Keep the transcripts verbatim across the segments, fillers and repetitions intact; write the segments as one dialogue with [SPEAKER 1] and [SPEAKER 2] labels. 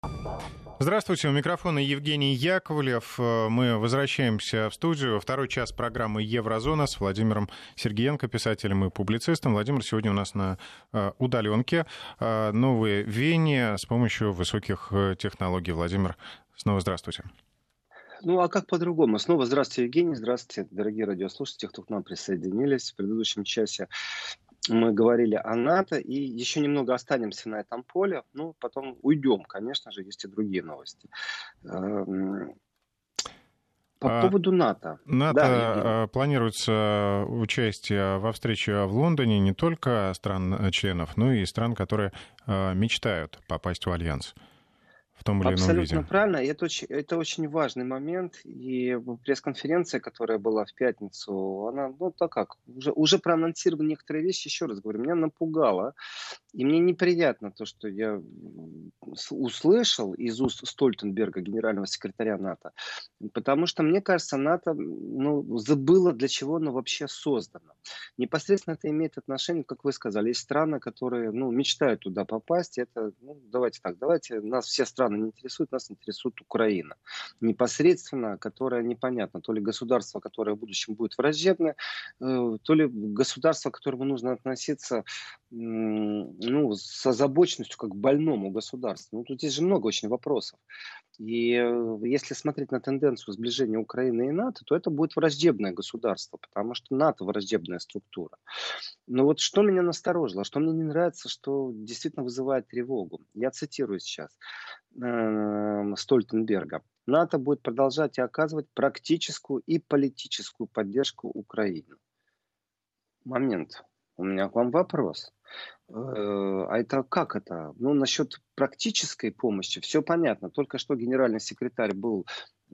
[SPEAKER 1] Здравствуйте, у микрофона Евгений Яковлев. Мы возвращаемся в студию. Второй час программы «Еврозона» с Владимиром Сергеенко, писателем и публицистом. Владимир сегодня у нас на удаленке. Новые веяния с помощью высоких технологий. Владимир, снова здравствуйте.
[SPEAKER 2] Ну, а как по-другому? Снова здравствуйте, Евгений. Здравствуйте, дорогие радиослушатели, кто к нам присоединились. В предыдущем часе мы говорили о НАТО, и еще немного останемся на этом поле, ну, потом уйдем, конечно же, есть и другие новости. По
[SPEAKER 1] А,
[SPEAKER 2] поводу НАТО.
[SPEAKER 1] НАТО
[SPEAKER 2] Да, Евгений.
[SPEAKER 1] планируется участие во встрече в Лондоне не только стран-членов, но и стран, которые мечтают попасть в Альянс в том или ином
[SPEAKER 2] Абсолютно
[SPEAKER 1] виде.
[SPEAKER 2] правильно. И это очень, это очень важный момент. И пресс-конференция, которая была в пятницу, она, ну так как, уже, уже проанонсировали некоторые вещи, еще раз говорю, меня напугало. И мне неприятно то, что я услышал из уст Стольтенберга, генерального секретаря НАТО. Потому что, мне кажется, НАТО ну, забыло, для чего оно вообще создано. Непосредственно это имеет отношение, как вы сказали, есть страны, которые ну, мечтают туда попасть. Это, ну, давайте так, давайте, нас все страны не интересуют, нас интересует Украина. Непосредственно, которая непонятно, то ли государство, которое в будущем будет враждебное, э, то ли государство, к которому нужно относиться ну, с озабоченностью как к больному государству. Ну, тут здесь же много очень вопросов. И э, если смотреть на тенденцию сближения Украины и НАТО, то это будет враждебное государство, потому что НАТО враждебная структура. Но вот что меня насторожило, что мне не нравится, что действительно вызывает тревогу. Я цитирую сейчас э, Стольтенберга. НАТО будет продолжать и оказывать практическую и политическую поддержку Украине. Момент. У меня к вам вопрос. Э, А это как это? Ну, насчет практической помощи все понятно. Только что генеральный секретарь был э,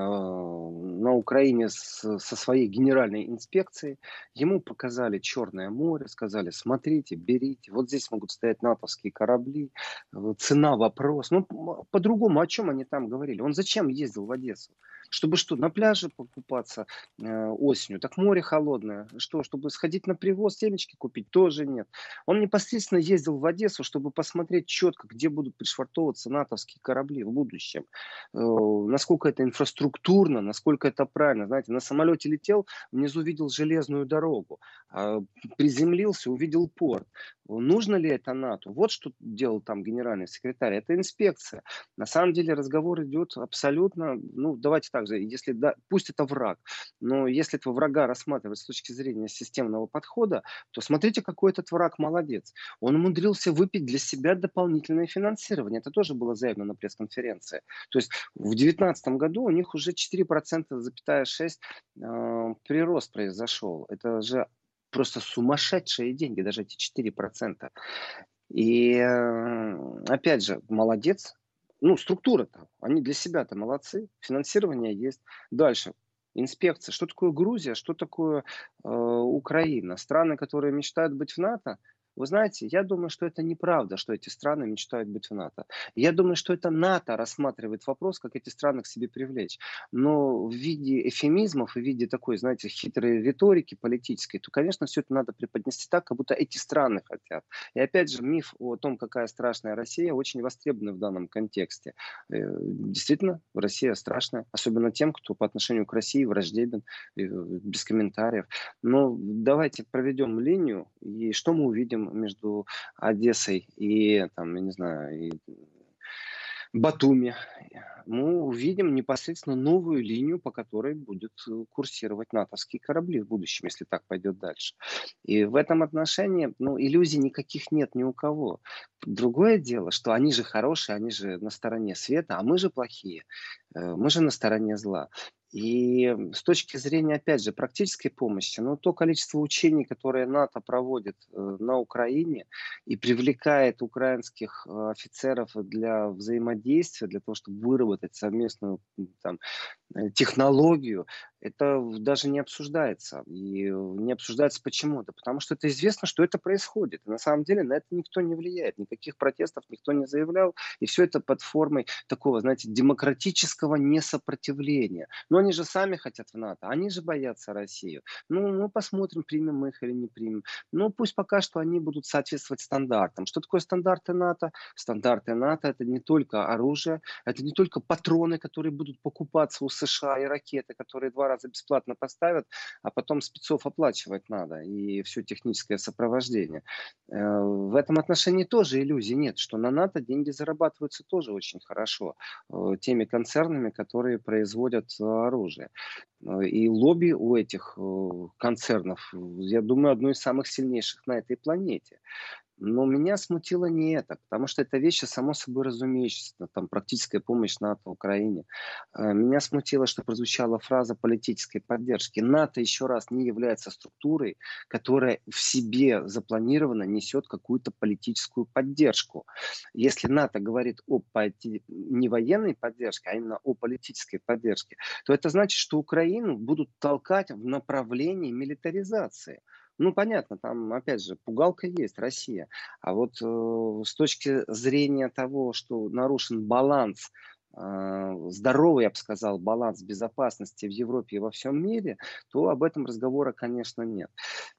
[SPEAKER 2] на Украине с- со своей генеральной инспекцией. Ему показали Черное море, сказали, смотрите, берите. Вот здесь могут стоять натовские корабли. Э, Цена вопрос. Ну, м, по-другому, о чем они там говорили? Он зачем ездил в Одессу? Чтобы что, на пляже покупаться э, осенью? Так море холодное. Что, чтобы сходить на привоз, семечки купить? Тоже нет. Он непосредственно ездил в Одессу, чтобы посмотреть четко, где будут пришвартовываться натовские корабли в будущем. Э, Насколько это инфраструктурно, насколько это правильно. Знаете, на самолете летел, внизу видел железную дорогу. а Приземлился, увидел порт. Нужно ли это НАТО? Вот что делал там генеральный секретарь. Это инспекция. На самом деле разговор идет абсолютно, ну давайте так же, если да, пусть это враг, но если этого врага рассматривать с точки зрения системного подхода, то смотрите, какой этот враг молодец. Он умудрился выпить для себя дополнительное финансирование. Это тоже было заявлено на пресс-конференции. То есть в две тысячи девятнадцатом году у них уже четыре процента, шесть э, прирост произошел. Это же просто сумасшедшие деньги, даже эти четыре процента. И э, опять же, молодец. Ну, структура-то, они для себя-то молодцы. Финансирование есть. Дальше. Инспекция. Что такое Грузия? Что такое э, Украина? Страны, которые мечтают быть в НАТО? Вы знаете, я думаю, что это неправда, что эти страны мечтают быть в НАТО. Я думаю, что это НАТО рассматривает вопрос, как эти страны к себе привлечь. Но в виде эфемизмов и в виде такой, знаете, хитрой риторики политической, то, конечно, все это надо преподнести так, как будто эти страны хотят. И опять же, миф о том, какая страшная Россия, очень востребован в данном контексте. Э, Действительно, Россия страшная, особенно тем, кто по отношению к России враждебен, э, без комментариев. Но давайте проведем линию, и что мы увидим между Одессой и, там, я не знаю, и Батуми. Мы увидим непосредственно новую линию, по которой будут э, курсировать натовские корабли в будущем, если так пойдет дальше. И в этом отношении ну, иллюзий никаких нет ни у кого. Другое дело, что они же хорошие, они же на стороне света, а мы же плохие. Э, Мы же на стороне зла. И с точки зрения, опять же, практической помощи, ну, то количество учений, которые НАТО проводит э, на Украине и привлекает украинских э, офицеров для взаимодействия, для того, чтобы выработать совместную м, там, э, технологию, Это даже не обсуждается. И не обсуждается почему? Да потому что это известно, что это происходит. И на самом деле на это никто не влияет. Никаких протестов никто не заявлял. И все это под формой такого, знаете, демократического несопротивления. Но они же сами хотят в НАТО. Они же боятся Россию. Ну, ну посмотрим, примем мы их или не примем. Ну, пусть пока что они будут соответствовать стандартам. Что такое стандарты НАТО? Стандарты НАТО — это не только оружие, это не только патроны, которые будут покупаться у США, и ракеты, которые два раза бесплатно поставят, а потом спецов оплачивать надо, и все техническое сопровождение. Э, В этом отношении тоже иллюзий нет, что на НАТО деньги зарабатываются тоже очень хорошо э, теми концернами, которые производят э, оружие. Э, И лобби у этих э, концернов, э, я думаю, одно из самых сильнейших на этой планете. Но меня смутило не это, потому что это вещи, само собой разумеющиеся, там, практическая помощь НАТО Украине. Э, Меня смутило, что прозвучала фраза политической поддержки. НАТО, еще раз, не является структурой, которая в себе запланированно несет какую-то политическую поддержку. Если НАТО говорит о поти- не военной поддержке, а именно о политической поддержке, то это значит, что Украину будут толкать в направлении милитаризации. Ну, понятно, там, опять же, пугалка есть, Россия. А вот э, с точки зрения того, что нарушен баланс, э, здоровый, я бы сказал, баланс безопасности в Европе и во всем мире, то об этом разговора, конечно, нет.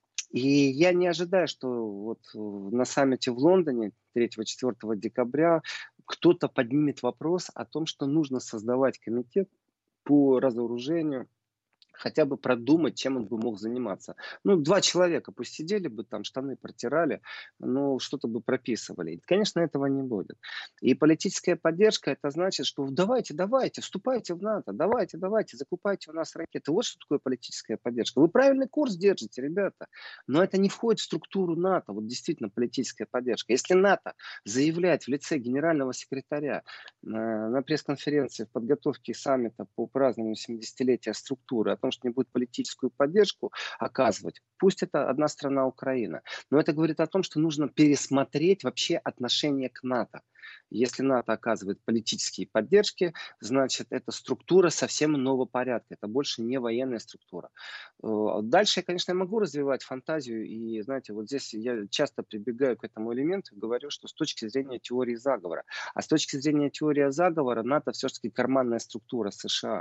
[SPEAKER 2] И я не ожидаю, что вот э, на саммите в Лондоне третьего-четвёртого декабря кто-то поднимет вопрос о том, что нужно создавать комитет по разоружению, хотя бы продумать, чем он бы мог заниматься. Ну, два человека пусть сидели бы там, штаны протирали, но что-то бы прописывали. И, конечно, этого не будет. И политическая поддержка — это значит, что давайте, давайте, вступайте в НАТО, давайте, давайте, закупайте у нас ракеты. Вот что такое политическая поддержка. Вы правильный курс держите, ребята, но это не входит в структуру НАТО, вот действительно политическая поддержка. Если НАТО заявляет в лице генерального секретаря э, на пресс-конференции в подготовке саммита по празднованию семидесятилетия структуры о том, что не будет политическую поддержку оказывать, пусть это одна страна Украина. Но это говорит о том, что нужно пересмотреть вообще отношение к НАТО. Если НАТО оказывает политические поддержки, значит, это структура совсем иного порядка. Это больше не военная структура. Э, Дальше, я, конечно, могу развивать фантазию. И, знаете, вот здесь я часто прибегаю к этому элементу и говорю, что с точки зрения теории заговора. А с точки зрения теории заговора, НАТО все-таки карманная структура США.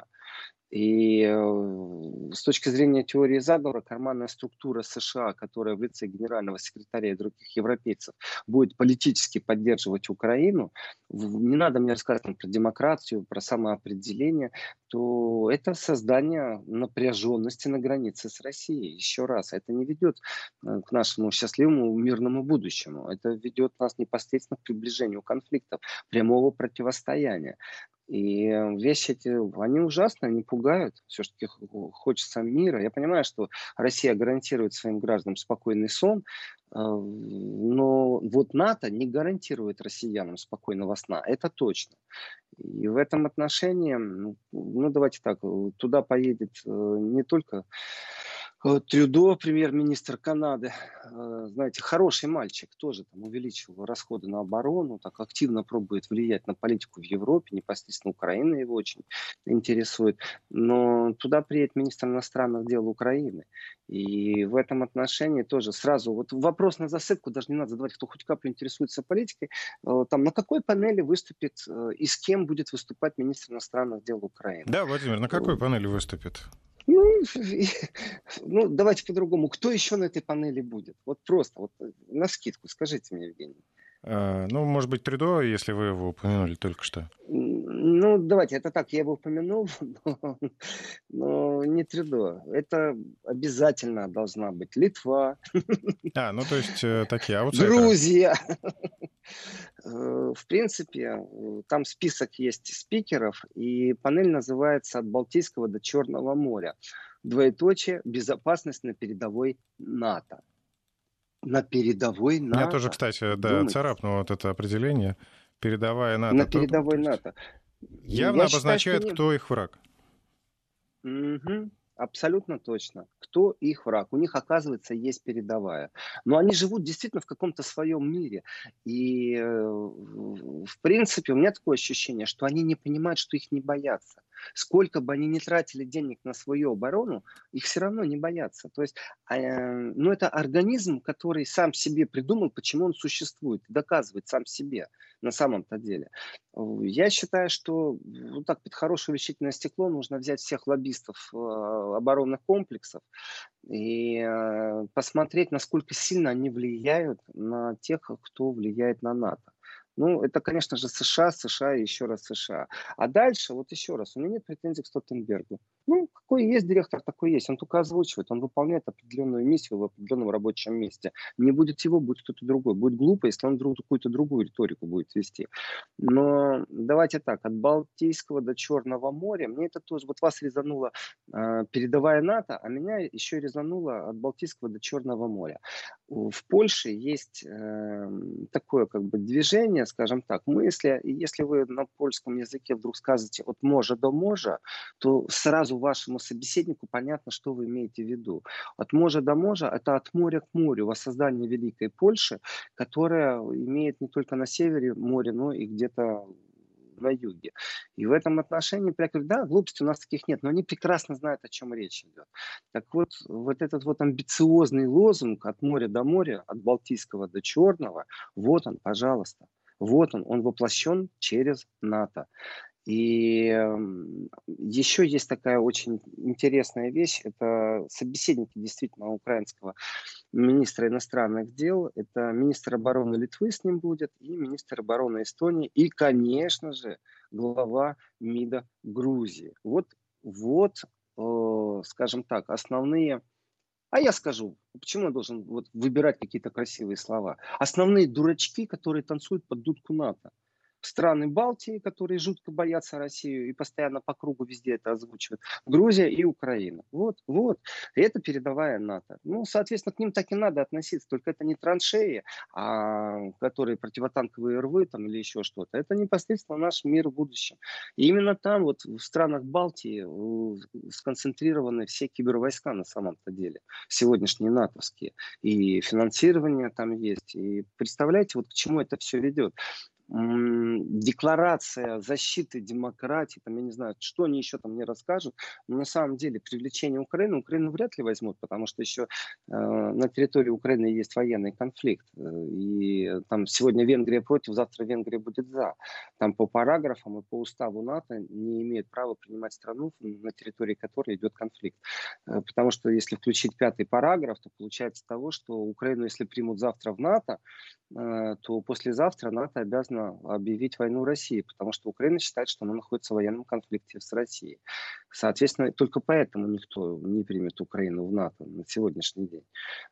[SPEAKER 2] И э, с точки зрения теории заговора, карманная структура США, которая в лице генерального секретаря и других европейцев будет политически поддерживать Украину, в- не надо мне рассказывать там про демократию, про самоопределение, то это создание напряженности на границе с Россией. Еще раз, это не ведет э, к нашему счастливому мирному будущему. Это ведет нас непосредственно к приближению конфликтов, прямого противостояния. И э, вещи эти, они ужасны, они пугают. Все-таки хочется мира. Я понимаю, что Россия гарантирует своим гражданам спокойный сон, э, но вот НАТО не гарантирует россиянам спокойного сна. Это точно. И в этом отношении, ну, ну, давайте так, э, туда поедет э, не только э, Трюдо, премьер-министр Канады, э, знаете, хороший мальчик, тоже там увеличил расходы на оборону, так активно пробует влиять на политику в Европе, непосредственно Украина его очень интересует. Но туда приедет министр иностранных дел Украины. И в этом отношении тоже сразу вот вопрос на засыпку даже не надо задавать, кто хоть каплю интересуется политикой. Э, Там на какой панели выступит э, и с кем будет выступать министр иностранных дел Украины?
[SPEAKER 1] Да, Владимир, на какой панели выступит?
[SPEAKER 2] Ну, ну, давайте по-другому. Кто еще на этой панели будет? Вот просто, вот э, навскидку, скажите мне, Евгений.
[SPEAKER 1] Э, Ну, может быть, Трюдо, если вы его упомянули только что.
[SPEAKER 2] М, Ну, давайте, это так, я его упомянул, но, но не Трюдо. Это обязательно должна быть Литва,
[SPEAKER 1] А, ну, то есть э, такие аутсайдеры.
[SPEAKER 2] Грузия. Э, В принципе, э, там список есть спикеров, и панель называется «От Балтийского до Черного моря». Двоеточие «Безопасность на передовой НАТО». На передовой
[SPEAKER 1] Меня тоже,
[SPEAKER 2] НАТО.
[SPEAKER 1] кстати, да,
[SPEAKER 2] Вдумайтесь.
[SPEAKER 1] царапнуло вот это определение. Передовая
[SPEAKER 2] На
[SPEAKER 1] НАТО. То, то
[SPEAKER 2] передовой
[SPEAKER 1] есть
[SPEAKER 2] НАТО.
[SPEAKER 1] явно
[SPEAKER 2] Я считаю, что
[SPEAKER 1] обозначает,
[SPEAKER 2] не...
[SPEAKER 1] кто их враг.
[SPEAKER 2] Мгм. Абсолютно точно. Кто их враг? У них, оказывается, есть передовая. Но они живут действительно в каком-то своем мире. И, э, в в принципе, у меня такое ощущение, что они не понимают, что их не боятся. Сколько бы они ни тратили денег на свою оборону, их все равно не боятся. То есть, э, ну, это организм, который сам себе придумал, почему он существует, доказывает сам себе на самом-то деле. Я считаю, что вот так под хорошее увеличительное стекло нужно взять всех лоббистов э, оборонных комплексов и э, посмотреть, насколько сильно они влияют на тех, кто влияет на НАТО. Ну, это, конечно же, США, США и еще раз США. А дальше, вот еще раз, у меня нет претензий к Столтенбергу. Ну, какой есть директор, такой есть. Он только озвучивает, он выполняет определенную миссию в определенном рабочем месте. Не будет его, будет кто-то другой. Будет глупо, если он друг, какую-то другую риторику будет вести. Но давайте так, от Балтийского до Черного моря, мне это тоже, вот вас резануло э, передовая НАТО, а меня еще резануло от Балтийского до Черного моря. В Польше есть э, такое как бы движение, скажем так, мы, если, если вы на польском языке вдруг скажете от можа до можа, то сразу вашему собеседнику понятно, что вы имеете в виду. От можа до можа — это от моря к морю, воссоздание Великой Польши, которая имеет не только на севере море, но и где-то на юге. И в этом отношении, да, глупостей у нас таких нет, но они прекрасно знают, о чем речь идет. Так вот, вот этот вот амбициозный лозунг от моря до моря, от Балтийского до Черного, вот он, пожалуйста. Вот он, он воплощен через НАТО. И еще есть такая очень интересная вещь. Это собеседники действительно украинского министра иностранных дел. Это министр обороны Литвы с ним будет, и министр обороны Эстонии, и, конечно же, глава МИДа Грузии. Вот, вот э, скажем так, основные... А я скажу, почему я должен вот выбирать какие-то красивые слова? Основные дурачки, которые танцуют под дудку НАТО. Страны Балтии, которые жутко боятся Россию и постоянно по кругу везде это озвучивают. Грузия и Украина. Вот, вот. И это передовая НАТО. Ну, соответственно, к ним так и надо относиться. Только это не траншеи, а, которые противотанковые рвы там, или еще что-то. Это непосредственно наш мир в будущем. И именно там, вот в странах Балтии, сконцентрированы все кибервойска на самом-то деле. Сегодняшние натовские. И финансирование там есть. И представляете, вот к чему это все ведет. Декларация защиты демократии, там, я не знаю, что они еще там мне расскажут, но на самом деле привлечение Украины, Украину вряд ли возьмут, потому что еще э, на территории Украины есть военный конфликт, и там сегодня Венгрия против, завтра Венгрия будет за. Там по параграфам и по уставу НАТО не имеет права принимать страну, на территории которой идет конфликт. Э, потому что если включить пятый параграф, то получается того, что Украину, если примут завтра в НАТО, э, то послезавтра НАТО обязано объявить войну России, потому что Украина считает, что она находится в военном конфликте с Россией. Соответственно, только поэтому никто не примет Украину в НАТО на сегодняшний день.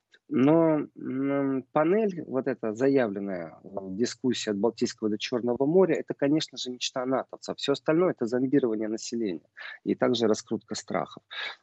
[SPEAKER 2] Но м, панель, вот эта заявленная э, дискуссия от Балтийского до Черного моря, это, конечно же, мечта натовцев. Все остальное — это зомбирование населения и также раскрутка страхов.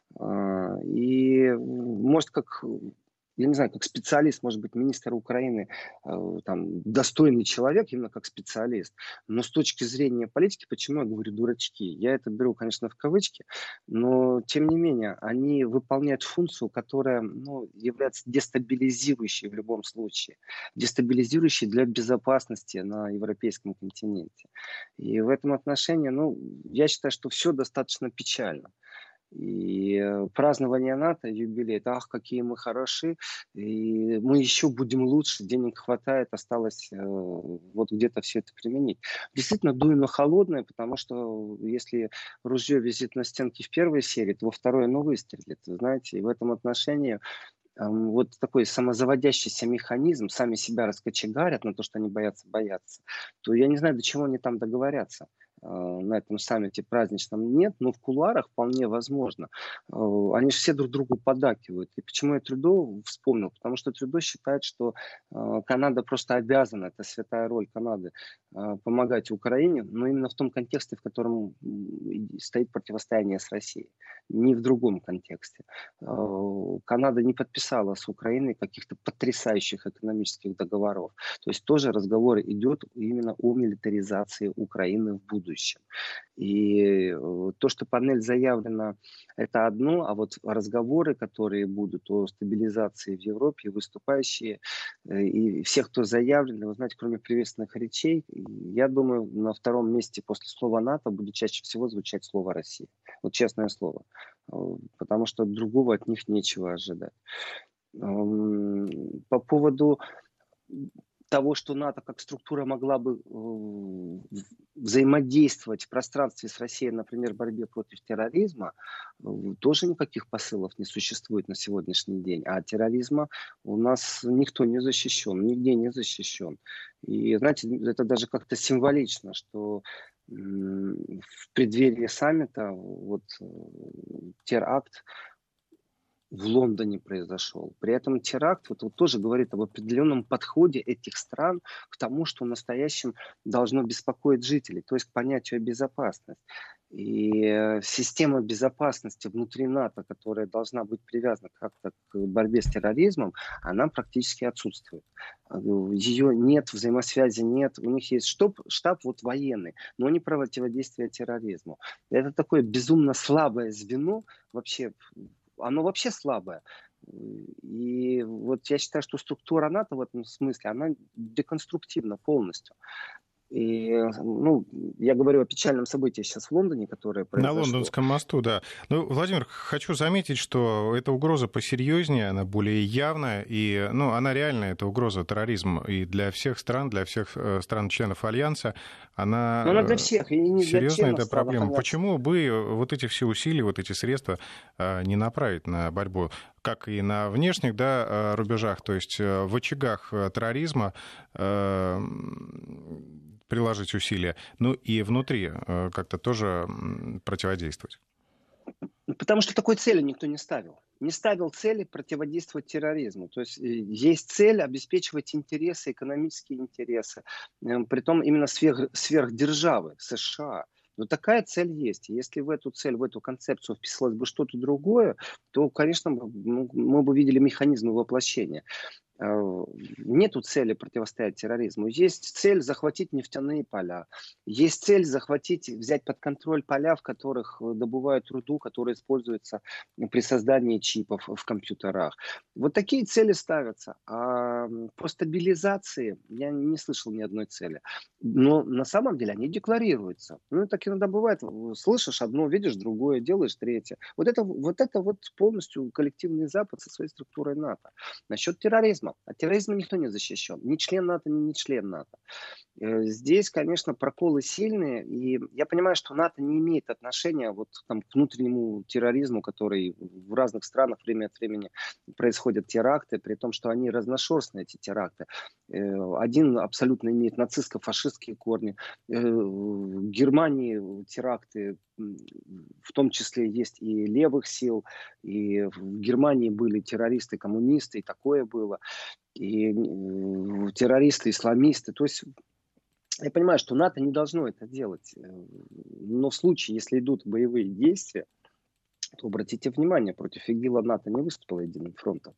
[SPEAKER 2] А, И, может, как... я не знаю, как специалист, может быть, министр Украины, э, там, достойный человек, именно как специалист. Но с точки зрения политики, почему я говорю дурачки? Я это беру, конечно, в кавычки, но, тем не менее, они выполняют функцию, которая, ну, является дестабилизирующей в любом случае. Дестабилизирующей для безопасности на европейском континенте. И в этом отношении, ну, я считаю, что все достаточно печально. И э, празднование НАТО, юбилей, это, ах, какие мы хороши, и мы еще будем лучше, денег хватает, осталось э, вот где-то все это применить. Действительно, дуйно холодное, потому что если ружье висит на стенке в первой серии, то во второй оно выстрелит, вы знаете, и в этом отношении э, вот такой самозаводящийся механизм, сами себя раскочегарят на то, что они боятся бояться, то я не знаю, до чего они там договорятся на этом саммите праздничном нет, но в кулуарах вполне возможно. Они же все друг другу поддакивают. И почему я Трюдо вспомнил? Потому что Трюдо считает, что Канада просто обязана, это святая роль Канады, помогать Украине, но именно в том контексте, в котором стоит противостояние с Россией. Не в другом контексте. Канада не подписала с Украиной каких-то потрясающих экономических договоров. То есть тоже разговор идет именно о милитаризации Украины в будущем. будущем. И то, что панель заявлена, это одно, а вот разговоры, которые будут о стабилизации в Европе, выступающие и всех, кто заявлен, вы знаете, кроме приветственных речей, я думаю, на втором месте после слова НАТО будет чаще всего звучать слово «Россия». Вот честное слово. Потому что другого от них нечего ожидать. По поводу того, что НАТО как структура могла бы э, взаимодействовать в пространстве с Россией, например, в борьбе против терроризма, э, тоже никаких посылов не существует на сегодняшний день. А от терроризма у нас никто не защищен, нигде не защищен. И, знаете, это даже как-то символично, что э, в преддверии саммита вот, э, теракт в Лондоне произошел. При этом теракт вот, вот тоже говорит об определенном подходе этих стран к тому, что в настоящем должно беспокоить жителей, то есть к понятию безопасности. И система безопасности внутри НАТО, которая должна быть привязана как-то к борьбе с терроризмом, она практически отсутствует. Ее нет, взаимосвязи нет. У них есть штаб, штаб вот военный, но не противодействие терроризму. Это такое безумно слабое звено вообще. Оно вообще слабое. И вот я считаю, что структура НАТО в этом смысле, она деконструктивна полностью. И, ну, я говорю о печальном событии сейчас в Лондоне, которое произошло.
[SPEAKER 1] На Лондонском мосту, да. Ну, Владимир, хочу заметить, что эта угроза посерьезнее, она более явная, и, ну, она реальная, эта угроза терроризма, и для всех стран, для всех стран-членов Альянса, она,
[SPEAKER 2] она для всех, и не для
[SPEAKER 1] серьезная эта проблема.
[SPEAKER 2] Альянса.
[SPEAKER 1] Почему бы вот эти все усилия, вот эти средства не направить на борьбу, как и на внешних, да, рубежах, то есть в очагах терроризма, приложить усилия, ну и внутри как-то тоже противодействовать?
[SPEAKER 2] Потому что такой цели никто не ставил. Не ставил цели противодействовать терроризму. То есть есть цель обеспечивать интересы, экономические интересы, притом именно сверх, сверхдержавы США. Но такая цель есть. Если в эту цель, в эту концепцию вписалось бы что-то другое, то, конечно, мы, мы бы видели механизмы воплощения. Нету цели противостоять терроризму. Есть цель захватить нефтяные поля. Есть цель захватить, взять под контроль поля, в которых добывают руду, которая используется при создании чипов в компьютерах. Вот такие цели ставятся. А по стабилизации я не слышал ни одной цели. Но на самом деле они декларируются. Ну, так иногда бывает. Слышишь одно, видишь другое, делаешь третье. Вот это вот, это вот полностью коллективный Запад со своей структурой НАТО. Насчет терроризма. От терроризма никто не защищен. Ни член НАТО, ни не член НАТО. Здесь, конечно, проколы сильные. И я понимаю, что НАТО не имеет отношения вот, там, к внутреннему терроризму, который в разных странах время от времени происходят теракты, при том, что они разношерстные, эти теракты. Один абсолютно имеет нацистско-фашистские корни. В Германии теракты, в том числе, есть и левых сил. И в Германии были террористы, коммунисты, и такое было. И террористы, исламисты. То есть я понимаю, что НАТО не должно это делать. Но в случае, если идут боевые действия, то обратите внимание, против ИГИЛа НАТО не выступило единым фронтом.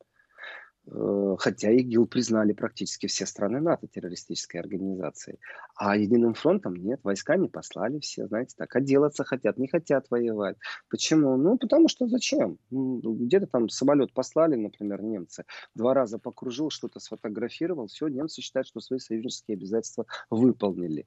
[SPEAKER 2] Хотя ИГИЛ признали практически все страны НАТО террористической организацией. А единым фронтом нет, войска не послали все, знаете, так, отделаться хотят, не хотят воевать. Почему? Ну, потому что зачем? Где-то там самолет послали, например, немцы, два раза покружил, что-то сфотографировал, все, немцы считают, что свои союзнические обязательства выполнили.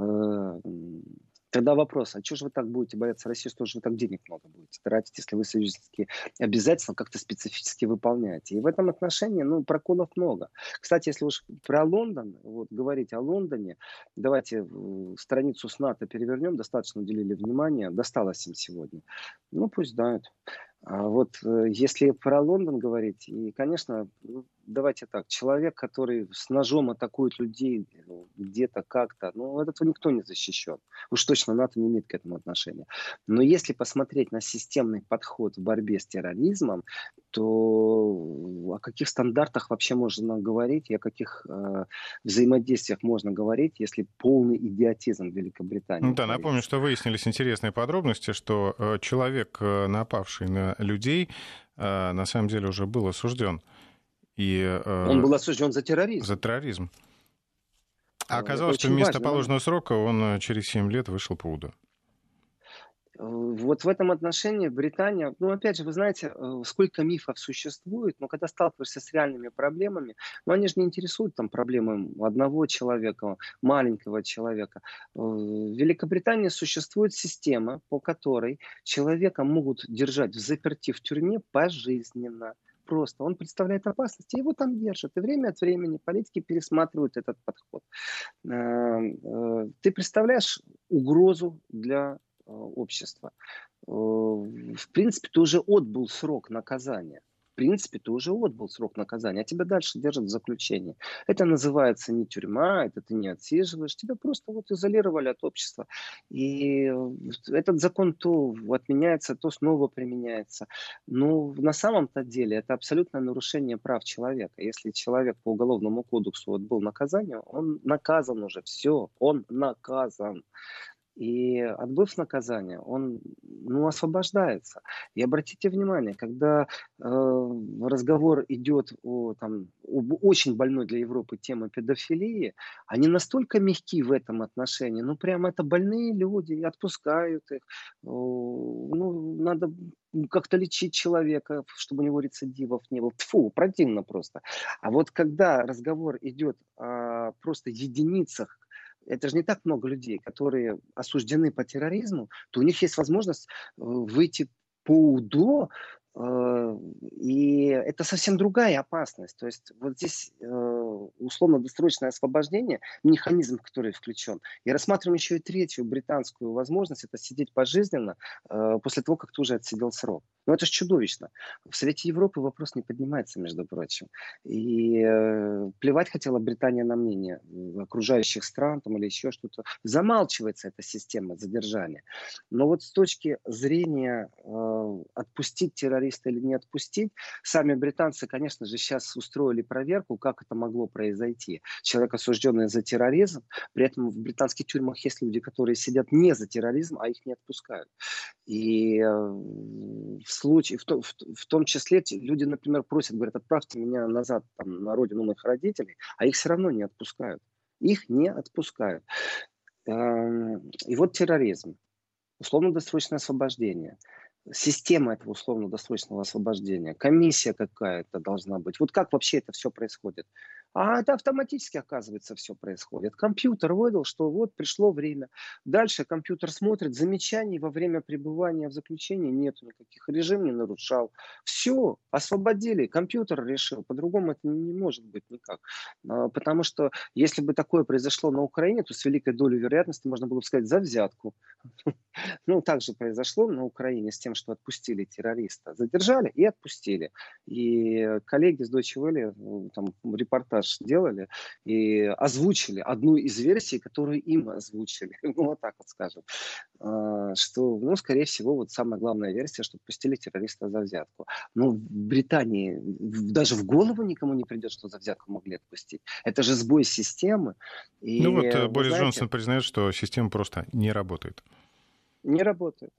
[SPEAKER 2] Тогда вопрос, а что же вы так будете бояться России, что же вы так денег много будете тратить, если вы союзнические обязательства как-то специфически выполняете? И в этом отношении, ну, проколов много. Кстати, если уж про Лондон, вот говорить о Лондоне, давайте страницу с НАТО перевернем, достаточно уделили внимания, досталось им сегодня. Ну, пусть знают. А вот если про Лондон говорить, и, конечно, давайте так, человек, который с ножом атакует людей где-то, как-то, ну, от этого никто не защищен. Уж точно НАТО не имеет к этому отношения. Но если посмотреть на системный подход в борьбе с терроризмом, то о каких стандартах вообще можно говорить, и о каких э, взаимодействиях можно говорить, если полный идиотизм в Великобритании.
[SPEAKER 1] Ну, да, напомню, что выяснились интересные подробности, что э, человек, э, напавший на людей, э, на самом деле уже был осужден. И, э,
[SPEAKER 2] Он был осужден за терроризм.
[SPEAKER 1] За терроризм. А
[SPEAKER 2] Это
[SPEAKER 1] оказалось, что
[SPEAKER 2] очень
[SPEAKER 1] вместо
[SPEAKER 2] важный момент.
[SPEAKER 1] положенного срока он э, через семь лет вышел по УДО.
[SPEAKER 2] Э, Вот в этом отношении Британия, ну, опять же, вы знаете, э, сколько мифов существует, но когда сталкиваешься с реальными проблемами, ну, они же не интересуют там проблемы одного человека, маленького человека. Э, В Великобритании существует система, по которой человека могут держать в заперти в тюрьме пожизненно. Просто он представляет опасность, и его там держат. И время от времени политики пересматривают этот подход. Э, э, Ты представляешь угрозу для э, общества? Э, В принципе, ты уже отбыл срок наказания. В принципе, ты уже отбыл срок наказания, а тебя дальше держат в заключении. Это называется не тюрьма, это ты не отсиживаешь, тебя просто вот изолировали от общества. И э, этот закон то отменяется, то снова применяется. Но на самом-то деле это абсолютное нарушение прав человека. Если человек по уголовному кодексу отбыл наказание, он наказан уже, все, он наказан. И отбыв наказание, он ну, освобождается. И обратите внимание, когда э, разговор идет о там, об очень больной для Европы теме педофилии, они настолько мягки в этом отношении. Ну, прямо это больные люди, и отпускают их. О, ну, надо как-то лечить человека, чтобы у него рецидивов не было. Тьфу, противно просто. А вот когда разговор идет о просто единицах, это же не так много людей, которые осуждены по терроризму, то у них есть возможность э, выйти по УДО, э, и это совсем другая опасность. То есть вот здесь э, условно-досрочное освобождение, механизм, который включен. И рассматриваем еще и третью британскую возможность, это сидеть пожизненно э, после того, как ты уже отсидел срок. Но это же чудовищно. В Совете Европы вопрос не поднимается, между прочим. И э, плевать хотела Британия на мнение окружающих стран там, или еще что-то. Замалчивается эта система задержания. Но вот с точки зрения э, отпустить террориста или не отпустить, сами британцы, конечно же, сейчас устроили проверку, как это могло произойти. Человек, осужденный за терроризм, при этом в британских тюрьмах есть люди, которые сидят не за терроризм, а их не отпускают. И э, в случае, в, то- в, в том числе те люди, например, просят, говорят, отправьте меня назад там, на родину моих родителей, а их все равно не отпускают. Их не отпускают. Эм, И вот терроризм, условно-досрочное освобождение, система этого условно-досрочного освобождения, комиссия какая-то должна быть. Вот как вообще это все происходит? А это автоматически, оказывается, все происходит. Компьютер выдал, что вот пришло время. Дальше компьютер смотрит, замечаний во время пребывания в заключении нет никаких, режим не нарушал. Все, освободили, компьютер решил. По-другому это не может быть никак. А, Потому что если бы такое произошло на Украине, то с великой долей вероятности можно было бы сказать за взятку. Ну, так же произошло на Украине с тем, что отпустили террориста. Задержали и отпустили. И коллеги с Deutsche Welle э, там репортаж делали и озвучили одну из версий, которую им озвучили. Ну, вот так вот скажем. А, Что, ну, скорее всего, вот самая главная версия, что отпустили террориста за взятку. Но в Британии в- даже в голову никому не придет, что за взятку могли отпустить. Это же сбой системы.
[SPEAKER 1] Ну
[SPEAKER 2] И
[SPEAKER 1] вот
[SPEAKER 2] э,
[SPEAKER 1] э,
[SPEAKER 2] вы
[SPEAKER 1] Борис
[SPEAKER 2] знаете,
[SPEAKER 1] Джонсон признает, что система просто не работает.
[SPEAKER 2] не работает.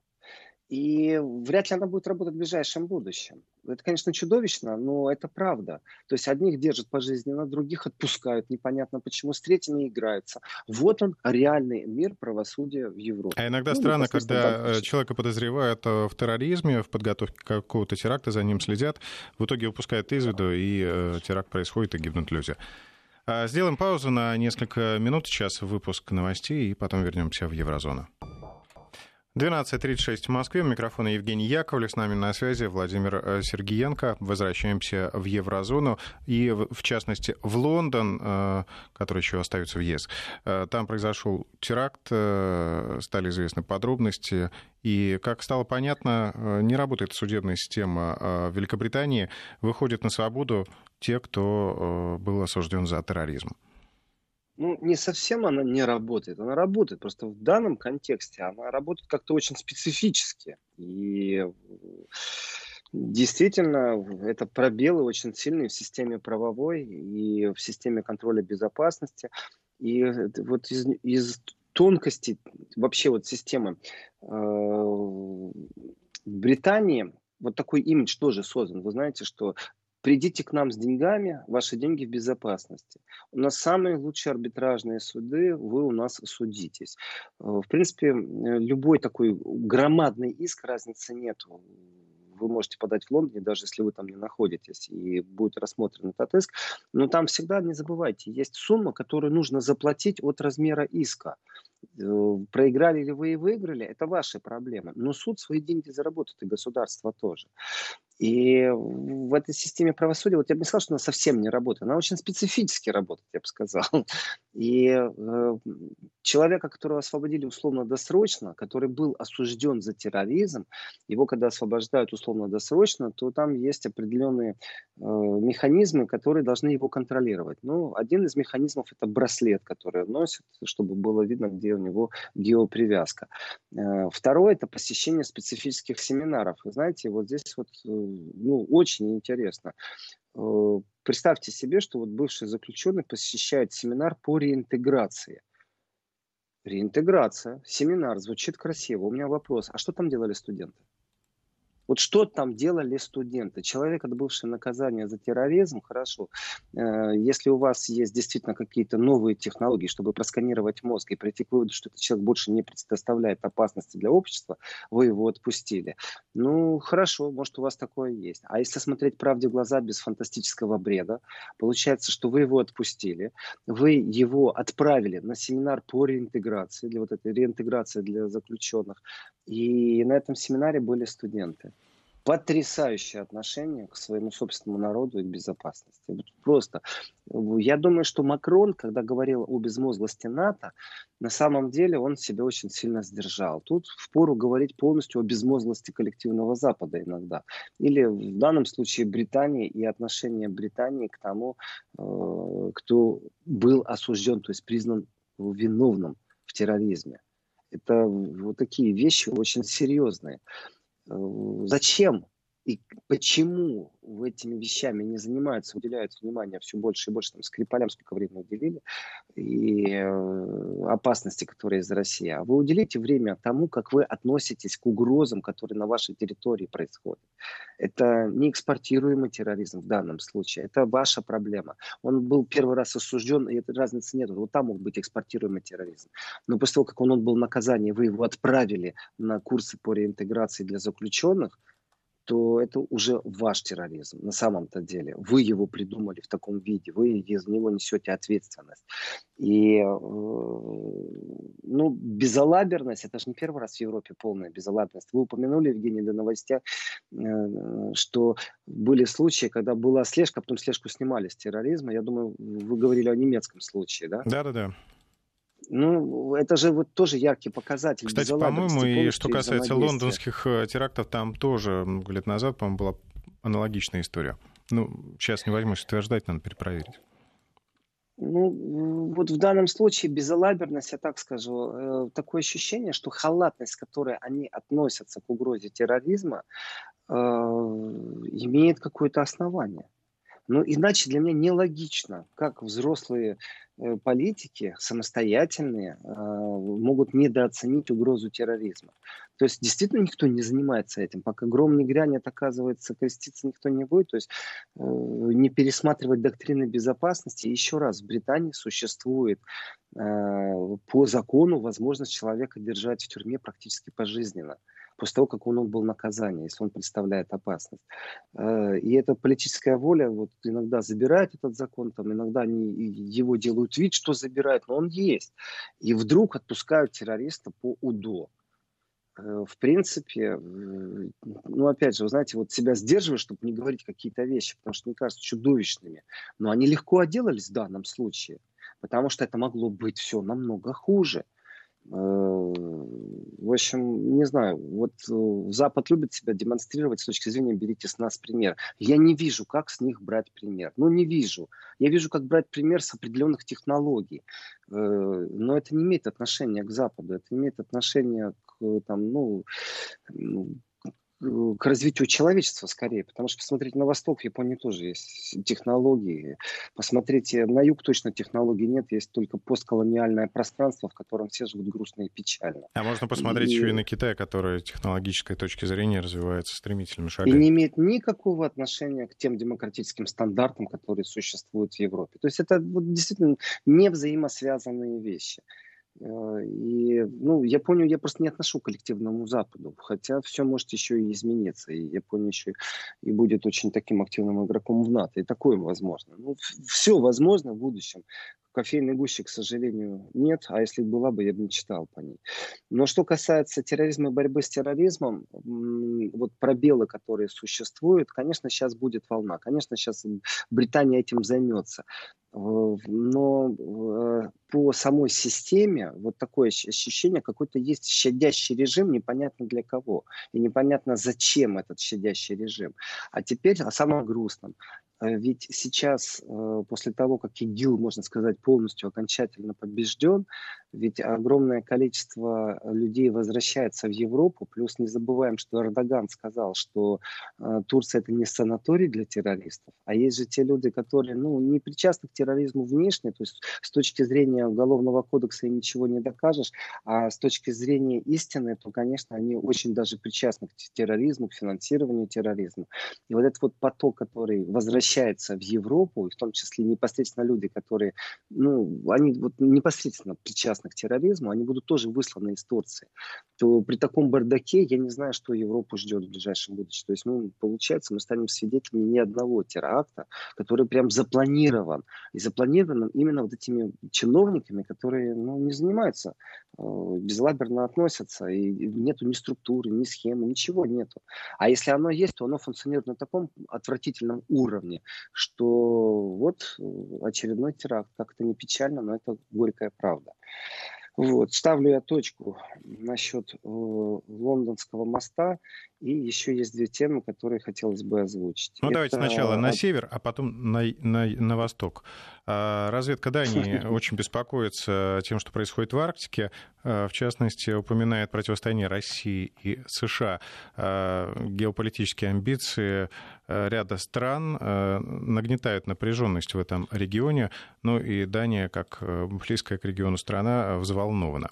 [SPEAKER 2] И вряд ли она будет работать в ближайшем будущем. Это, конечно, чудовищно, но это правда. То есть одних держат пожизненно, других отпускают. Непонятно почему. С третьими играются. Вот он, реальный мир правосудия в
[SPEAKER 1] А
[SPEAKER 2] Европе.
[SPEAKER 1] иногда
[SPEAKER 2] Ну,
[SPEAKER 1] странно,
[SPEAKER 2] непосредственно в данном
[SPEAKER 1] когда э,
[SPEAKER 2] случае.
[SPEAKER 1] человека подозревают э, в терроризме, в подготовке какого-то теракта, за ним следят, в итоге упускают из виду, и э, теракт происходит, и гибнут люди. А, Сделаем паузу на несколько минут, сейчас выпуск новостей, и потом вернемся в Еврозону. двенадцать тридцать шесть в Москве. У микрофона Евгений Яковлев. С нами на связи Владимир э, Сергиенко. Возвращаемся в еврозону и, в в частности, в Лондон, э, который еще остается в ЕС. Э, Там произошел теракт, э, стали известны подробности. И, как стало понятно, э, не работает судебная система э, в Великобритании. Выходят на свободу те, кто э, был осужден за терроризм.
[SPEAKER 2] Ну, не совсем она не работает. Она работает. Просто в данном контексте она работает как-то очень специфически. И э, действительно, это пробелы очень сильные в системе правовой и в системе контроля безопасности. И это вот из, из тонкостей вообще вот системы э, в Британии вот такой имидж тоже создан. Вы знаете, что Придите к нам с деньгами, ваши деньги в безопасности. У нас самые лучшие арбитражные суды, вы у нас судитесь. Э, В принципе, э, любой такой громадный иск, разницы нет. Вы можете подать в Лондоне, даже если вы там не находитесь, и будет рассмотрен этот иск. Но там всегда, не забывайте, есть сумма, которую нужно заплатить от размера иска. Э, Проиграли ли вы и выиграли, это ваши проблемы. Но суд свои деньги заработает, и государство тоже. И в этой системе правосудия, вот я бы не сказал, что она совсем не работает, она очень специфически работает, я бы сказал. И э, человека, которого освободили условно-досрочно, который был осужден за терроризм, его когда освобождают условно-досрочно, то там есть определенные э, механизмы, которые должны его контролировать. Ну, один из механизмов — это браслет, который он носит, чтобы было видно, где у него геопривязка. Э, Второе — это посещение специфических семинаров. Вы знаете, вот здесь вот э, ну, очень интересно. Э, Представьте себе, что вот бывший заключенный посещает семинар по реинтеграции. Реинтеграция, семинар, звучит красиво. У меня вопрос, а что там делали студенты? Вот что там делали студенты? Человек, отбывший наказание за терроризм, хорошо. Э, Если у вас есть действительно какие-то новые технологии, чтобы просканировать мозг и прийти к выводу, что этот человек больше не представляет опасности для общества, вы его отпустили. Ну, хорошо, может, у вас такое есть. А если смотреть правде в глаза без фантастического бреда, получается, что вы его отпустили, вы его отправили на семинар по реинтеграции, для вот этой реинтеграции для заключенных, и на этом семинаре были студенты. Потрясающее отношение к своему собственному народу и к безопасности. Вот просто. Я думаю, что Макрон, когда говорил о безмозглости НАТО, на самом деле он себя очень сильно сдержал. Тут впору говорить полностью о безмозглости коллективного Запада иногда. Или в данном случае Британии и отношение Британии к тому, э, кто был осужден, то есть признан виновным в терроризме. Это вот такие вещи очень серьезные. Э, Зачем и почему в этими вещами не занимаются, уделяют внимание все больше и больше там, Скрипалям, сколько времени уделили, и э, опасности, которые из России. А вы уделите время тому, как вы относитесь к угрозам, которые на вашей территории происходят. Это не экспортируемый терроризм в данном случае, это ваша проблема. Он был первый раз осужден, и этой разницы нет. Вот там мог быть экспортируемый терроризм. Но после того, как он отбыл наказание, вы его отправили на курсы по реинтеграции для заключенных, то это уже ваш терроризм на самом-то деле. Вы его придумали в таком виде, вы из него несете ответственность. И э, ну, безалаберность, это же не первый раз в Европе полная безалаберность. Вы упомянули, Евгений, до новостей, э, что были случаи, когда была слежка, потом слежку снимали с терроризма. Я думаю, вы говорили о немецком случае, да?
[SPEAKER 1] Да-да-да.
[SPEAKER 2] Ну, это же вот тоже яркий показатель
[SPEAKER 1] Кстати,
[SPEAKER 2] безалаберности.
[SPEAKER 1] по-моему, и
[SPEAKER 2] полностью
[SPEAKER 1] что касается
[SPEAKER 2] взаимодействия.
[SPEAKER 1] лондонских э, терактов, там тоже много лет назад, по-моему, была аналогичная история. Ну, сейчас не возьмусь утверждать, надо перепроверить.
[SPEAKER 2] Ну, вот в данном случае безалаберность, я так скажу, э, такое ощущение, что халатность, с которой они относятся к угрозе терроризма, э, имеет какое-то основание. Ну, иначе для меня нелогично, как взрослые э, политики, самостоятельные, э, могут недооценить угрозу терроризма. То есть действительно никто не занимается этим. Пока гром не грянет, оказывается, креститься никто не будет. То есть э, не пересматривать доктрины безопасности. И еще раз, в Британии существует э, по закону возможность человека держать в тюрьме практически пожизненно. После того, как он отбыл наказание, если он представляет опасность. Э, И эта политическая воля вот иногда забирает этот закон, там, иногда они его делают вид, что забирают, но он есть. И вдруг отпускают террориста по УДО. Э, В принципе, э, ну, опять же, вы знаете, вот себя сдерживаю, чтобы не говорить какие-то вещи, потому что мне кажутся чудовищными. Но они легко отделались в данном случае, потому что это могло быть все намного хуже. Э, В общем, не знаю, вот э, Запад любит себя демонстрировать с точки зрения «берите с нас пример». Я не вижу, как с них брать пример. Ну, не вижу. Я вижу, как брать пример с определенных технологий. Э, Но это не имеет отношения к Западу, это имеет отношение к, там, ну, м, к развитию человечества скорее, потому что посмотрите на восток, в Японии тоже есть технологии. Посмотрите, на юг точно технологий нет, есть только постколониальное пространство, в котором все живут грустно и печально.
[SPEAKER 1] А можно посмотреть
[SPEAKER 2] И,
[SPEAKER 1] еще и на Китай, который с технологической точки зрения развивается стремительными
[SPEAKER 2] и
[SPEAKER 1] шагами.
[SPEAKER 2] не имеет никакого отношения к тем демократическим стандартам, которые существуют в Европе. То есть это вот действительно не взаимосвязанные вещи. Э, И, ну, Японию я просто не отношу к коллективному Западу, хотя все может еще и измениться, и Япония еще и будет очень таким активным игроком в НАТО, и такое возможно. Ну, все возможно в будущем. Кофейной гущи, к сожалению, нет, а если была бы, я бы не читал по ней. Но что касается терроризма и борьбы с терроризмом, м, вот пробелы, которые существуют, конечно, сейчас будет волна, конечно, сейчас Британия этим займется. Э, Но э, по самой системе вот такое ощ- ощущение, какой-то есть щадящий режим, непонятно для кого. И непонятно, зачем этот щадящий режим. А теперь о самом грустном. Э, Ведь сейчас, э, после того, как ИГИЛ, можно сказать, полностью окончательно побежден, ведь огромное количество людей возвращается в Европу. Плюс не забываем, что Эрдоган сказал, что э, Турция это не санаторий для террористов. А есть же те люди, которые ну, не причастны к терроризму внешне. То есть с точки зрения уголовного кодекса им ничего не докажешь. А с точки зрения истины, то, конечно, они очень даже причастны к терроризму, к финансированию терроризма. И вот этот вот поток, который возвращается в Европу, и в том числе непосредственно люди, которые, ну, они вот непосредственно причастны к терроризму, они будут тоже высланы из Турции. То при таком бардаке я не знаю, что Европу ждет в ближайшем будущем. То есть, ну, получается, мы станем свидетелями не одного теракта, который прям запланирован. И запланирован именно вот этими чиновниками, которые, ну, не занимаются, э, безалаберно относятся, и нету ни структуры, ни схемы, ничего нету. А если оно есть, то оно функционирует на таком отвратительном уровне, что вот э, очередной теракт. Как это не печально, но это горькая правда. Вот. Ставлю я точку насчет э, лондонского моста. И еще есть две темы, которые хотелось бы озвучить.
[SPEAKER 1] Ну, давайте сначала
[SPEAKER 2] Это
[SPEAKER 1] на север, а потом на, на, на восток. А, разведка Дании очень беспокоится тем, что происходит в Арктике. А, в частности, упоминает противостояние России и США. А, геополитические амбиции а, ряда стран а, нагнетают напряженность в этом регионе. Ну и Дания, как а, близкая к региону страна, взволнована.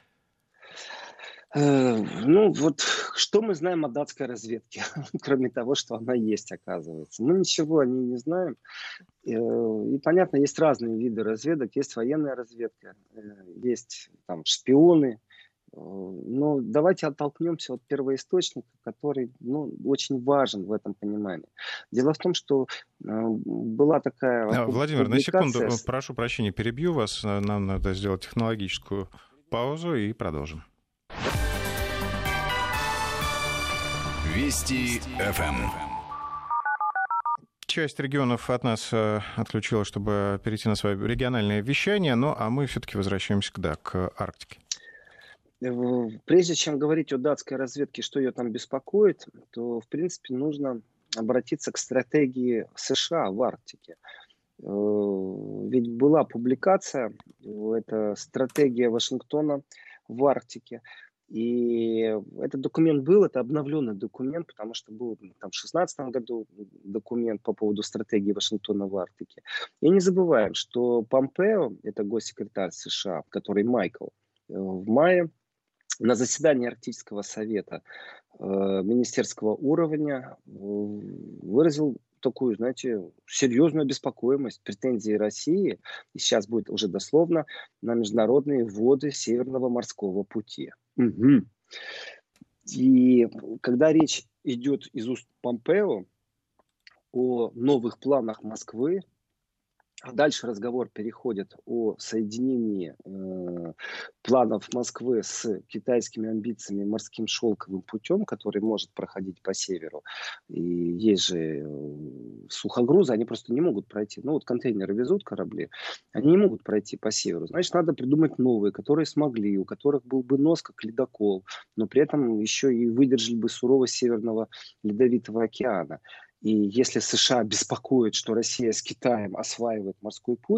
[SPEAKER 2] Э, Ну, вот что мы знаем о датской разведке, кроме того, что она есть, оказывается. Мы ничего о ней не знаем. Э, И понятно, есть разные виды разведок. Есть военная разведка, э, есть там шпионы. Э, Но давайте оттолкнемся от первоисточника, который ну, очень важен в этом понимании. Дело в том, что э, была такая
[SPEAKER 1] А,
[SPEAKER 2] пуб-
[SPEAKER 1] Владимир, на секунду,
[SPEAKER 2] публикация. с-
[SPEAKER 1] прошу прощения, перебью вас. Нам надо сделать технологическую паузу и продолжим.
[SPEAKER 3] Вести эф эм.
[SPEAKER 1] Часть регионов от нас э, отключила, чтобы перейти на свое региональное вещание, ну а мы все-таки возвращаемся к, да, к Арктике.
[SPEAKER 2] Э, Прежде чем говорить о датской разведке, что ее там беспокоит, то, в принципе, нужно обратиться к стратегии США в Арктике. Э, Ведь была публикация, э, это стратегия Вашингтона в Арктике. И этот документ был, это обновленный документ, потому что был там, в две тысячи шестнадцатом году документ по поводу стратегии Вашингтона в Арктике. И не забываем, что Помпео, это госсекретарь США, который Майкл, э, в мае на заседании Арктического совета э, министерского уровня э, выразил такую, знаете, серьезную обеспокоенность, претензии России, и сейчас будет уже дословно, на международные воды Северного морского пути. Мгм. И когда речь идет из уст Помпео о новых планах Москвы, а дальше разговор переходит о соединении э, планов Москвы с китайскими амбициями морским шелковым путем, который может проходить по северу. И есть же э, сухогрузы, они просто не могут пройти. Ну вот контейнеры везут корабли, они не могут пройти по северу. Значит, надо придумать новые, которые смогли, у которых был бы нос, как ледокол, но при этом еще и выдержали бы суровость Северного Ледовитого океана. И если США беспокоит, что Россия с Китаем осваивает морской путь,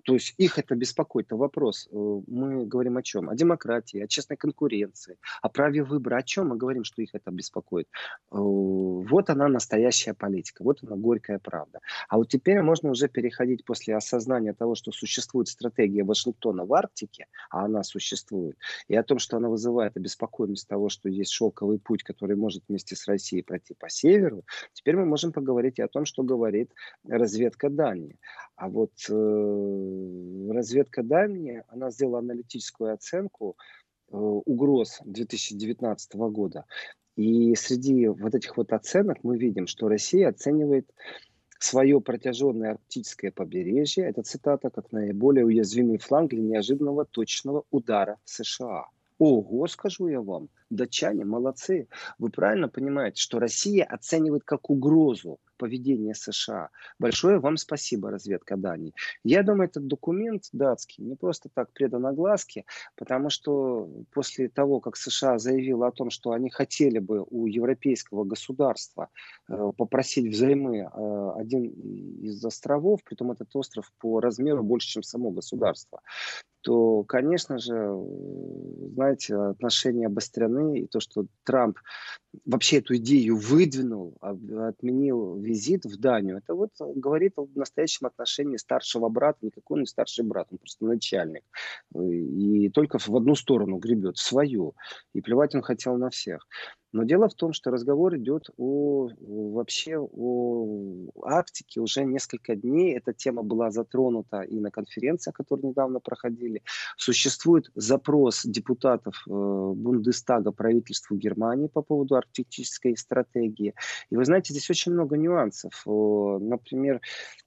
[SPEAKER 2] То есть их это беспокоит. Это вопрос. Э, Мы говорим о чем? О демократии, о честной конкуренции, о праве выбора. О чем мы говорим, что их это беспокоит? Э, Вот она настоящая политика, вот она горькая правда. А вот теперь можно уже переходить после осознания того, что существует стратегия Вашингтона в Арктике, а она существует, и о том, что она вызывает обеспокоенность того, что есть шелковый путь, который может вместе с Россией пройти по северу. Теперь мы можем поговорить и о том, что говорит разведка Дании. А вот э, разведка Дании, она сделала аналитическую оценку э, угроз две тысячи девятнадцатого года. И среди вот этих вот оценок мы видим, что Россия оценивает свое протяженное арктическое побережье, это цитата, как наиболее уязвимый фланг для неожиданного точного удара США. Ого, скажу я вам, датчане молодцы. Вы правильно понимаете, что Россия оценивает как угрозу поведение США. Большое вам спасибо, разведка Дании. Я думаю, этот документ датский не просто так предан огласке, потому что после того, как США заявила о том, что они хотели бы у европейского государства э, попросить взаймы э, один из островов, притом этот остров по размеру больше, чем само государство, то, конечно же, знаете, отношения обострены, и то, что Трамп вообще эту идею выдвинул, отменил визит в Данию, это вот говорит о настоящем отношении старшего брата. Никакой он не старший брат, он просто начальник. И только в одну сторону гребет, в свою. И плевать он хотел на всех. Но дело в том, что разговор идет о, вообще о Арктике уже несколько дней. Эта тема была затронута и на конференциях, которые недавно проходили. Существует запрос депутатов э, Бундестага правительству Германии по поводу арктической стратегии. И вы знаете, здесь очень много нюансов. О, например,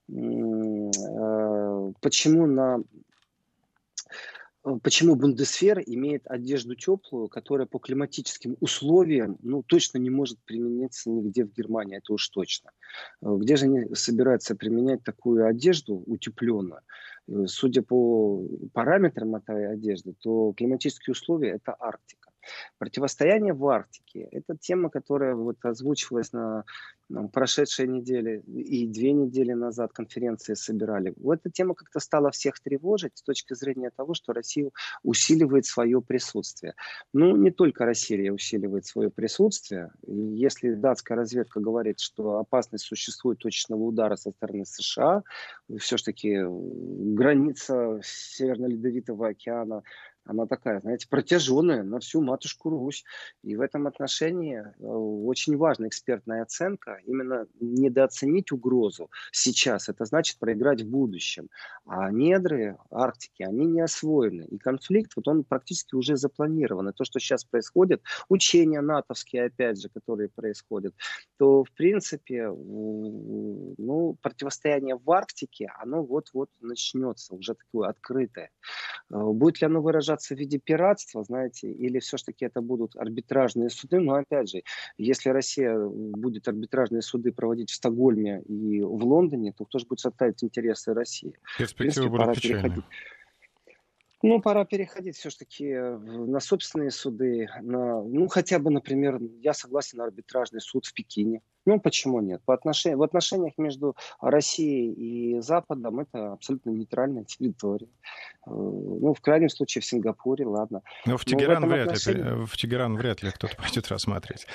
[SPEAKER 2] э, почему на Почему Бундесвер имеет одежду теплую, которая по климатическим условиям ну, точно не может примениться нигде в Германии, это уж точно. Где же они собираются применять такую одежду утепленную? Судя по параметрам этой одежды, то климатические условия – это Арктика. Противостояние в Арктике – это тема, которая вот озвучивалась на, на прошедшей неделе и две недели назад конференции собирали. Вот эта тема как-то стала всех тревожить с точки зрения того, что Россия усиливает свое присутствие. Ну, не только Россия усиливает свое присутствие. И если датская разведка говорит, что опасность существует точечного удара со стороны США, все-таки граница Северно-Ледовитого океана, она такая, знаете, протяженная на всю матушку Русь. И в этом отношении очень важна экспертная оценка. Именно недооценить угрозу сейчас, это значит проиграть в будущем. А недры Арктики, они не освоены. И конфликт, вот он практически уже запланирован. И то, что сейчас происходит, учения натовские, опять же, которые происходят, то, в принципе, ну, противостояние в Арктике, оно вот-вот начнется, уже такое открытое. Будет ли оно выражаться в виде пиратства, знаете, или все-таки это будут арбитражные суды? Но опять же, если Россия будет арбитражные суды проводить в Стокгольме и в Лондоне, то кто же будет составить интересы России?
[SPEAKER 1] Перспективы будут печальные.
[SPEAKER 2] Ну, пора переходить все-таки на собственные суды, на, ну, хотя бы, например, я согласен на арбитражный суд в Пекине. Ну, почему нет? По отношению, в отношениях между Россией и Западом это абсолютно нейтральная территория. Ну, в крайнем случае в Сингапуре, ладно.
[SPEAKER 1] Но в Тегеран,
[SPEAKER 2] Но в
[SPEAKER 1] вряд,
[SPEAKER 2] отношении...
[SPEAKER 1] ли, в Тегеран вряд ли кто-то пойдет рассматривать.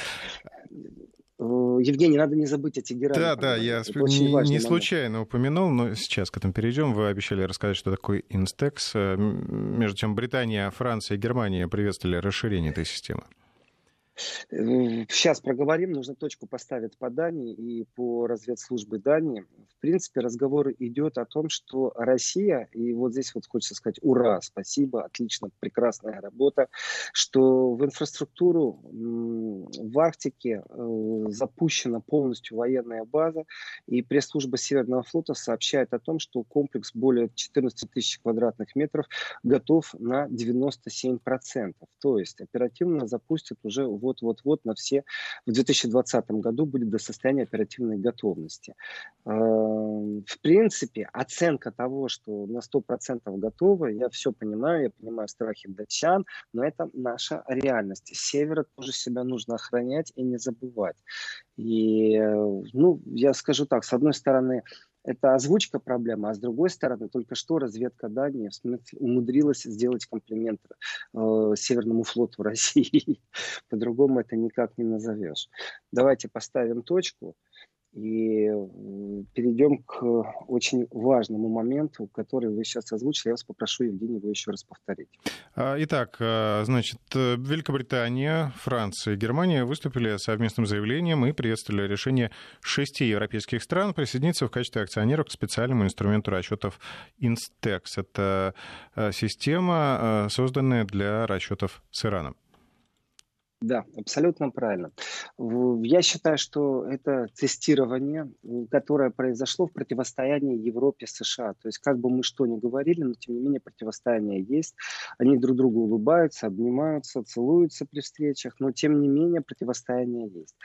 [SPEAKER 2] Евгений, надо не забыть о Тегеране.
[SPEAKER 1] Да, да, я не, не случайно упомянул, но сейчас к этому перейдем. Вы обещали рассказать, что такое Инстекс. Между тем, Британия, Франция и Германия приветствовали расширение этой системы.
[SPEAKER 2] Сейчас проговорим, нужно точку поставить по Дании и по разведслужбе Дании. В принципе, разговор идет о том, что Россия, и вот здесь вот хочется сказать ура, спасибо, отлично, прекрасная работа, что в инфраструктуру в Арктике запущена полностью военная база, и пресс-служба Северного флота сообщает о том, что комплекс более четырнадцати тысяч квадратных метров готов на девяносто семь процентов. То есть оперативно запустят уже вот-вот-вот на все. В две тысячи двадцатом году будет до состояния оперативной готовности. В принципе, оценка того, что на сто процентов готово, я все понимаю, я понимаю страхи датчан, но это наша реальность. С севера тоже себя нужно охранять и не забывать. И, ну, я скажу так, с одной стороны, это озвучка проблемы, а с другой стороны, только что разведка Дании в смысле, умудрилась сделать комплимент э, Северному флоту России. По-другому это никак не назовешь. Давайте поставим точку и перейдем к очень важному моменту, который вы сейчас озвучили. Я вас попрошу, Евгений, его еще раз повторить.
[SPEAKER 1] Итак, значит, Великобритания, Франция и Германия выступили с совместным заявлением и приветствовали решение шести европейских стран присоединиться в качестве акционеров к специальному инструменту расчетов Инстекс. Это система, созданная для расчетов с Ираном.
[SPEAKER 2] Да, абсолютно правильно. Я считаю, что это тестирование, которое произошло в противостоянии Европе США. То есть, как бы мы что ни говорили, но тем не менее противостояние есть. Они друг другу улыбаются, обнимаются, целуются при встречах, но тем не менее противостояние есть.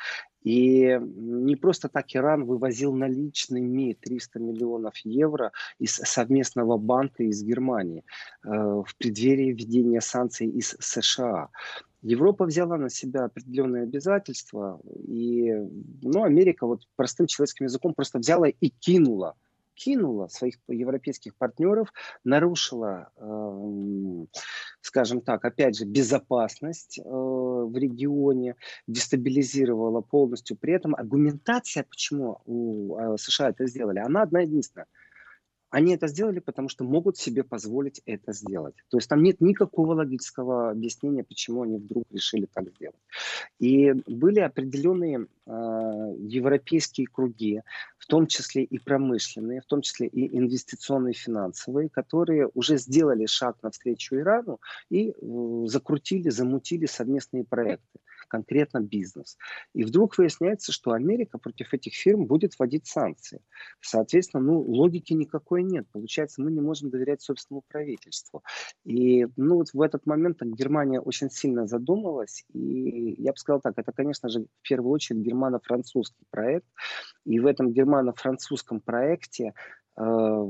[SPEAKER 2] И не просто так Иран вывозил наличными триста миллионов евро из совместного банка из Германии э, в преддверии введения санкций из США. Европа взяла на себя определенные обязательства, и ну, Америка вот простым человеческим языком просто взяла и кинула, кинула своих европейских партнеров, нарушила, э, скажем так, опять же, безопасность э, в регионе, дестабилизировала полностью. При этом аргументация, почему у э, США это сделали, она одна единственная. Они это сделали, потому что могут себе позволить это сделать. То есть там нет никакого логического объяснения, почему они вдруг решили так сделать. И были определенные э, европейские круги, в том числе и промышленные, в том числе и инвестиционные, финансовые, которые уже сделали шаг навстречу Ирану и э, закрутили, замутили совместные проекты, конкретно бизнес. И вдруг выясняется, что Америка против этих фирм будет вводить санкции. Соответственно, ну, логики никакой нет. Получается, мы не можем доверять собственному правительству. И ну, вот в этот момент Германия очень сильно задумалась. И я бы сказал так, это, конечно же, в первую очередь германо-французский проект. И в этом германо-французском проекте э,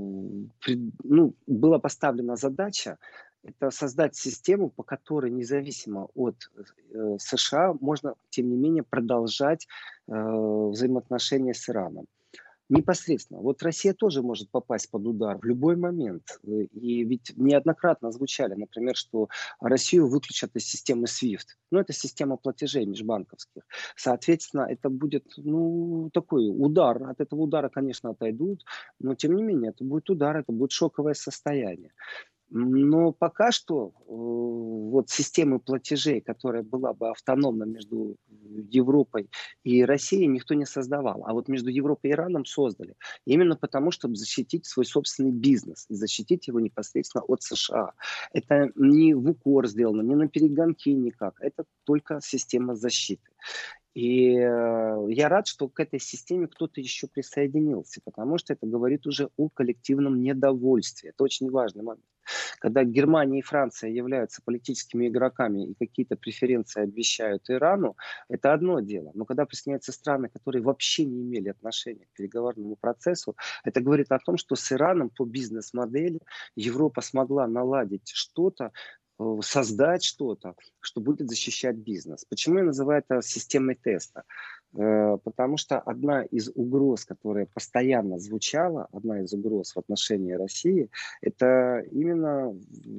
[SPEAKER 2] при, ну, была поставлена задача это создать систему, по которой независимо от э, США можно, тем не менее, продолжать э, взаимоотношения с Ираном. Непосредственно. Вот Россия тоже может попасть под удар в любой момент. И ведь неоднократно звучали, например, что Россию выключат из системы свифт. Ну, это система платежей межбанковских. Соответственно, это будет, ну, такой удар. От этого удара, конечно, отойдут, но, тем не менее, это будет удар, это будет шоковое состояние. Но пока что э, вот системы платежей, которая была бы автономна между Европой и Россией, никто не создавал. А вот между Европой и Ираном создали. Именно потому, чтобы защитить свой собственный бизнес и защитить его непосредственно от США. Это не в укор сделано, не на перегонки никак. Это только система защиты. И э, я рад, что к этой системе кто-то еще присоединился, потому что это говорит уже о коллективном недовольстве. Это очень важный момент. Когда Германия и Франция являются политическими игроками и какие-то преференции обещают Ирану, это одно дело. Но когда присоединяются страны, которые вообще не имели отношения к переговорному процессу, это говорит о том, что с Ираном по бизнес-модели Европа смогла наладить что-то, создать что-то, что будет защищать бизнес. Почему я называю это системой теста? Потому что одна из угроз, которая постоянно звучала, одна из угроз в отношении России, это именно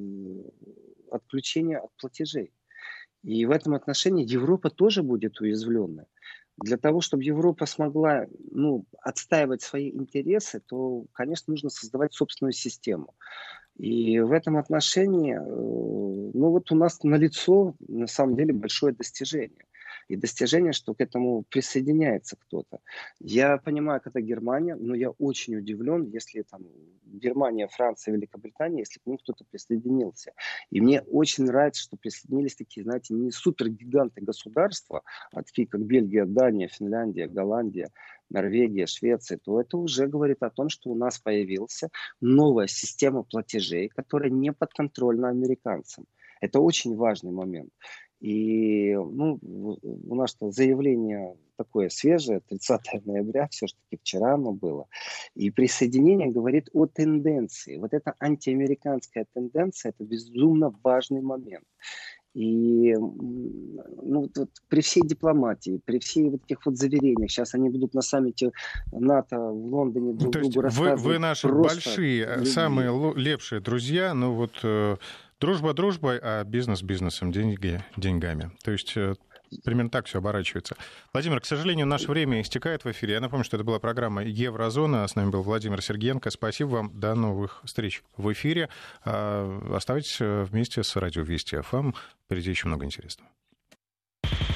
[SPEAKER 2] отключение от платежей. И в этом отношении Европа тоже будет уязвленной. Для того, чтобы Европа смогла ну, отстаивать свои интересы, то, конечно, нужно создавать собственную систему. И в этом отношении, ну вот у нас налицо на самом деле большое достижение. И достижение, что к этому присоединяется кто-то. Я понимаю, когда Германия, но я очень удивлен, если там Германия, Франция, Великобритания, если к ним кто-то присоединился. И мне очень нравится, что присоединились такие, знаете, не супергиганты государства, а такие как Бельгия, Дания, Финляндия, Голландия, Норвегия, Швеция, то это уже говорит о том, что у нас появилась новая система платежей, которая не подконтрольна американцам. Это очень важный момент. И ну, у нас заявление такое свежее, тридцатого ноября, все-таки вчера оно было. И присоединение говорит о тенденции. Вот эта антиамериканская тенденция, это безумно важный момент. И ну, вот, вот, при всей дипломатии, при всех вот этих вот заверениях, сейчас они будут на саммите НАТО в Лондоне друг
[SPEAKER 1] То есть
[SPEAKER 2] другу
[SPEAKER 1] вы,
[SPEAKER 2] рассказывать
[SPEAKER 1] вы наши
[SPEAKER 2] просто
[SPEAKER 1] большие,
[SPEAKER 2] любви.
[SPEAKER 1] самые лу- лепшие друзья, ну вот э, дружба дружбой, а бизнес бизнесом, деньги деньгами. То есть э, примерно так все оборачивается. Владимир, к сожалению, наше время истекает в эфире. Я напомню, что это была программа «Еврозона». С нами был Владимир Сергеенко. Спасибо вам. До новых встреч в эфире. Оставайтесь вместе с радио Вести ФМ. Впереди еще много интересного.